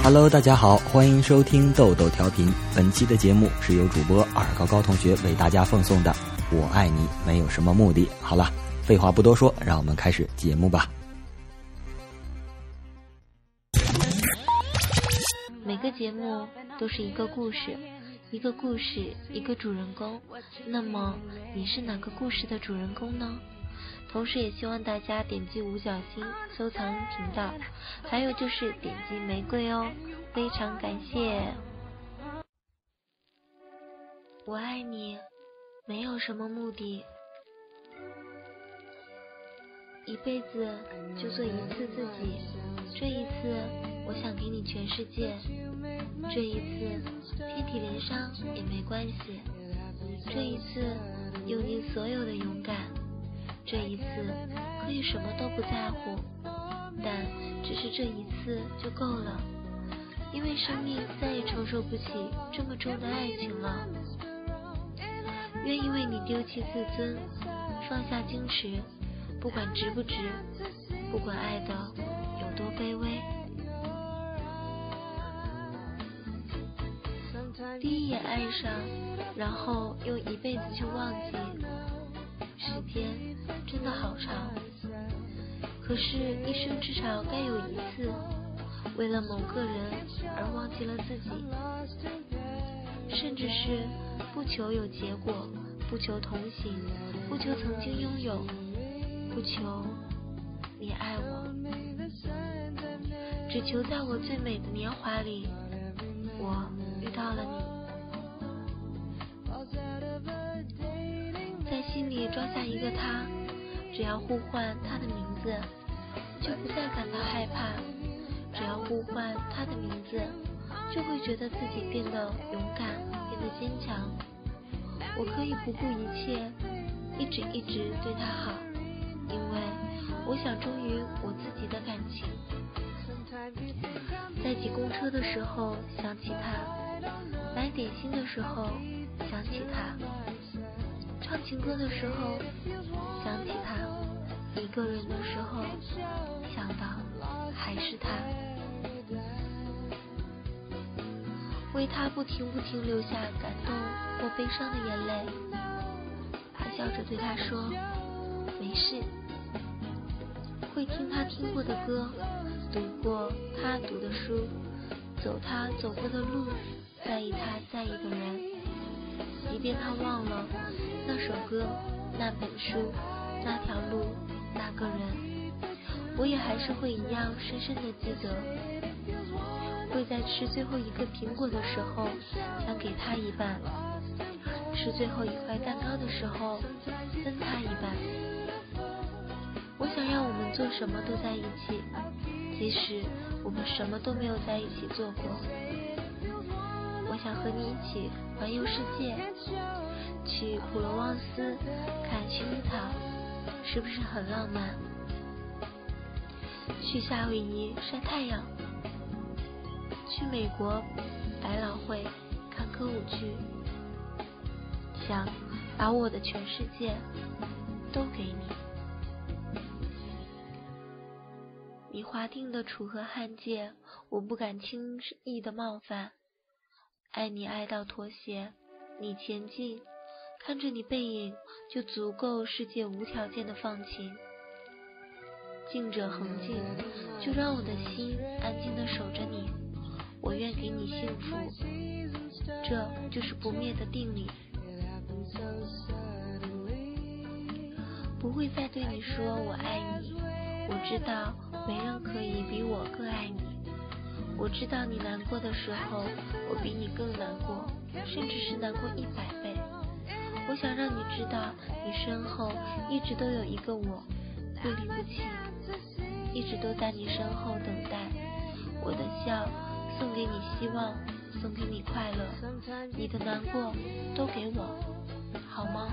Hello， 大家好，欢迎收听豆豆调频。本期的节目是由主播二高高同学为大家奉送的《我爱你没有什么目的》。好了，废话不多说，让我们开始节目吧。 每个节目都是一个故事，一个故事，一个主人公。那么你是哪个故事的主人公呢？同时也希望大家点击五角星收藏频道，还有就是点击玫瑰哦，非常感谢。我爱你没有什么目的，一辈子就做一次自己，这一次我想给你全世界，这一次遍体鳞伤也没关系，这一次用尽所有的勇敢，这一次可以什么都不在乎，但只是这一次就够了，因为生命再也承受不起这么重的爱情了。愿意为你丢弃自尊，放下矜持，不管值不值，不管爱的有多卑微。第一眼爱上，然后用一辈子去忘记，时间真的好长，可是一生至少该有一次为了某个人而忘记了自己，甚至是不求有结果，不求同行，不求曾经拥有，不求你爱我，只求在我最美的年华里我遇到了你，在心里装下一个他，只要呼唤他的名字就不再感到害怕，只要呼唤他的名字就会觉得自己变得勇敢，变得坚强。我可以不顾一切一直对他好，因为我想忠于我自己的感情。在挤公车的时候想起他，买点心的时候想起他，唱情歌的时候想起他，一个人的时候想到还是他，为他不停流下感动或悲伤的眼泪，还笑着对他说没事，会听他听过的歌，读过他读的书，走他走过的路，在意他在意的人，即便他忘了那首歌，那本书，那条路，那个人，我也还是会一样深深的记得，会在吃最后一个苹果的时候想给他一半，吃最后一块蛋糕的时候分他一半。我想让我们做什么都在一起，即使我们什么都没有在一起做过。我想和你一起环游世界，去普罗旺斯看薰衣草，是不是很浪漫？去夏威夷晒太阳，去美国百老汇看歌舞剧，想把我的全世界都给你。你划定的楚河汉界，我不敢轻易的冒犯。爱你爱到妥协，你前进，看着你背影，就足够世界无条件的放晴。静者恒静，就让我的心安静的守着你。我愿给你幸福，这就是不灭的定理。不会再对你说我爱你，我知道没人可以比我更爱你。我知道你难过的时候，我比你更难过，甚至是难过100倍。我想让你知道，你身后一直都有一个我，不离不弃，一直都在你身后等待。我的笑送给你希望，送给你快乐，你的难过都给我，好吗？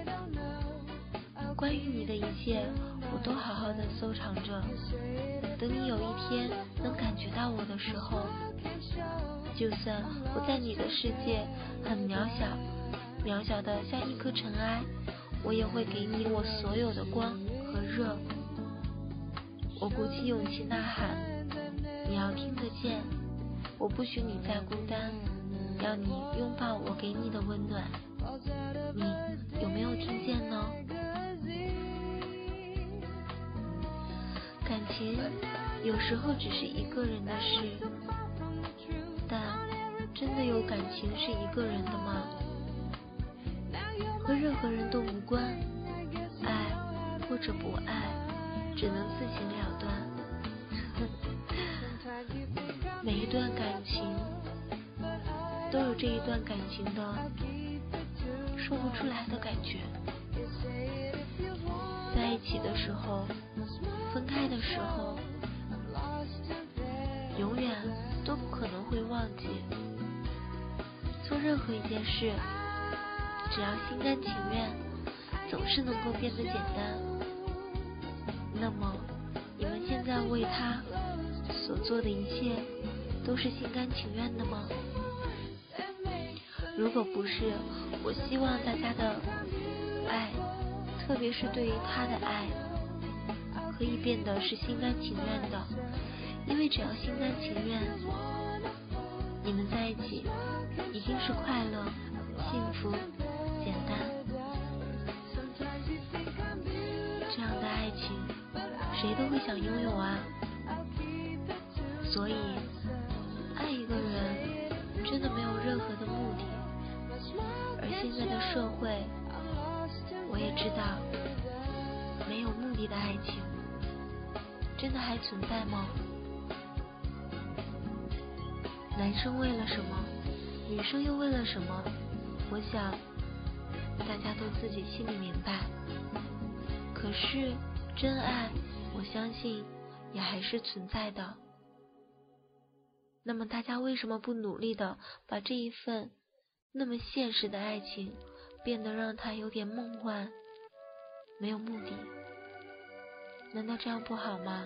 关于你的一切，我都好好的收藏着，等你有一天能感觉到我的时候，就算我在你的世界很渺小，渺小的像一颗尘埃，我也会给你我所有的光和热。我鼓起勇气呐喊，你要听得见， 我不许你再孤单，要你拥抱我给你的温暖。你有没有听见呢？感情有时候只是一个人的事，但真的有感情是一个人的吗？和任何人都无关，爱或者不爱只能自行了断。每一段感情都有这一段感情的说不出来的感觉，在一起的时候，分开的时候，永远都不可能会忘记。做任何一件事，只要心甘情愿，总是能够变得简单。那么你们现在为他所做的一切都是心甘情愿的吗？如果不是，我希望大家的爱，特别是对于他的爱，可以变得是心甘情愿的，因为只要心甘情愿，你们在一起一定是快乐、幸福、简单。这样的爱情谁都会想拥有啊。所以爱一个人真的没有任何的目的，而现在的社会，我也知道没有目的的爱情真的还存在吗？男生为了什么，女生又为了什么？我想大家都自己心里明白。可是真爱，我相信也还是存在的。那么大家为什么不努力的把这一份那么现实的爱情变得让它有点梦幻，没有目的？难道这样不好吗？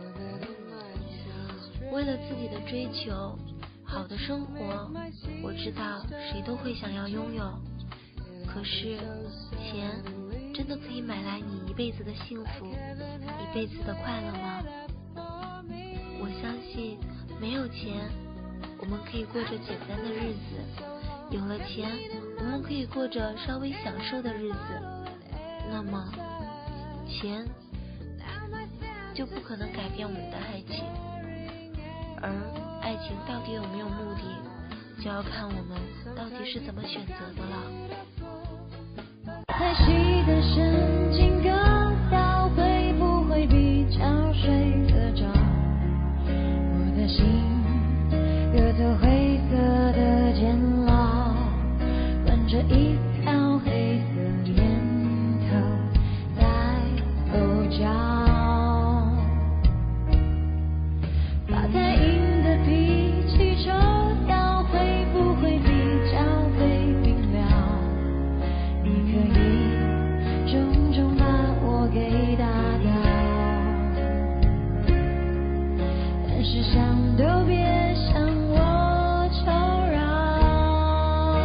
为了自己的追求，好的生活，我知道谁都会想要拥有。可是钱真的可以买来你一辈子的幸福，一辈子的快乐吗？我相信没有钱我们可以过着简单的日子，有了钱我们可以过着稍微享受的日子。那么钱就不可能改变我们的爱情，而爱情到底有没有目的，就要看我们到底是怎么选择的了。 太细的神经割到会不会比较睡得着？我的心有头灰色的监牢，关着一条黑色烟头在口角，把太硬的脾气抽掉，会不会比较会明了？你可以重重把我给打倒，但是想都别想我求饶。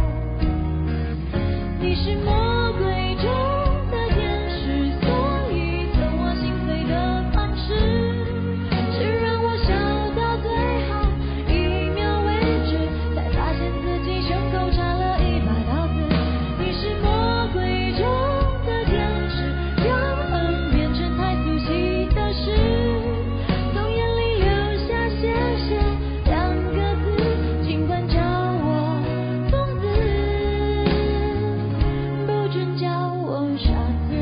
你是魔鬼中的天使，所以赠我心碎的方式是让我笑到最后一秒为止，才发现自己胸口插了100刀子。你是魔鬼中的天使，让恨变成太俗气的事，从眼里流下谢谢2个字，尽管叫我疯子，不准叫我傻子。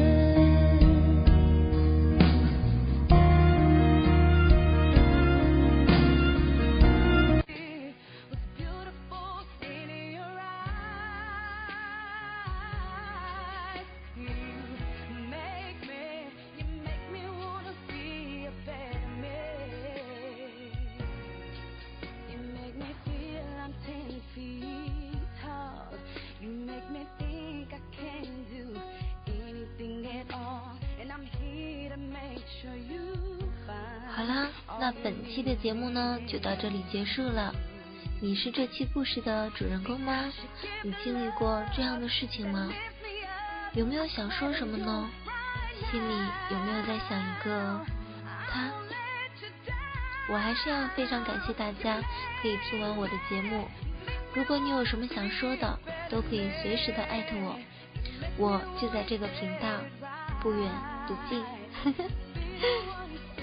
好啦，那本期的节目呢就到这里结束了。你是这期故事的主人公吗？你经历过这样的事情吗？有没有想说什么呢？心里有没有在想一个他？ 我还是要非常感谢大家可以听完我的节目。如果你有什么想说的，都可以随时的艾特我，我就在这个频道，不远不近。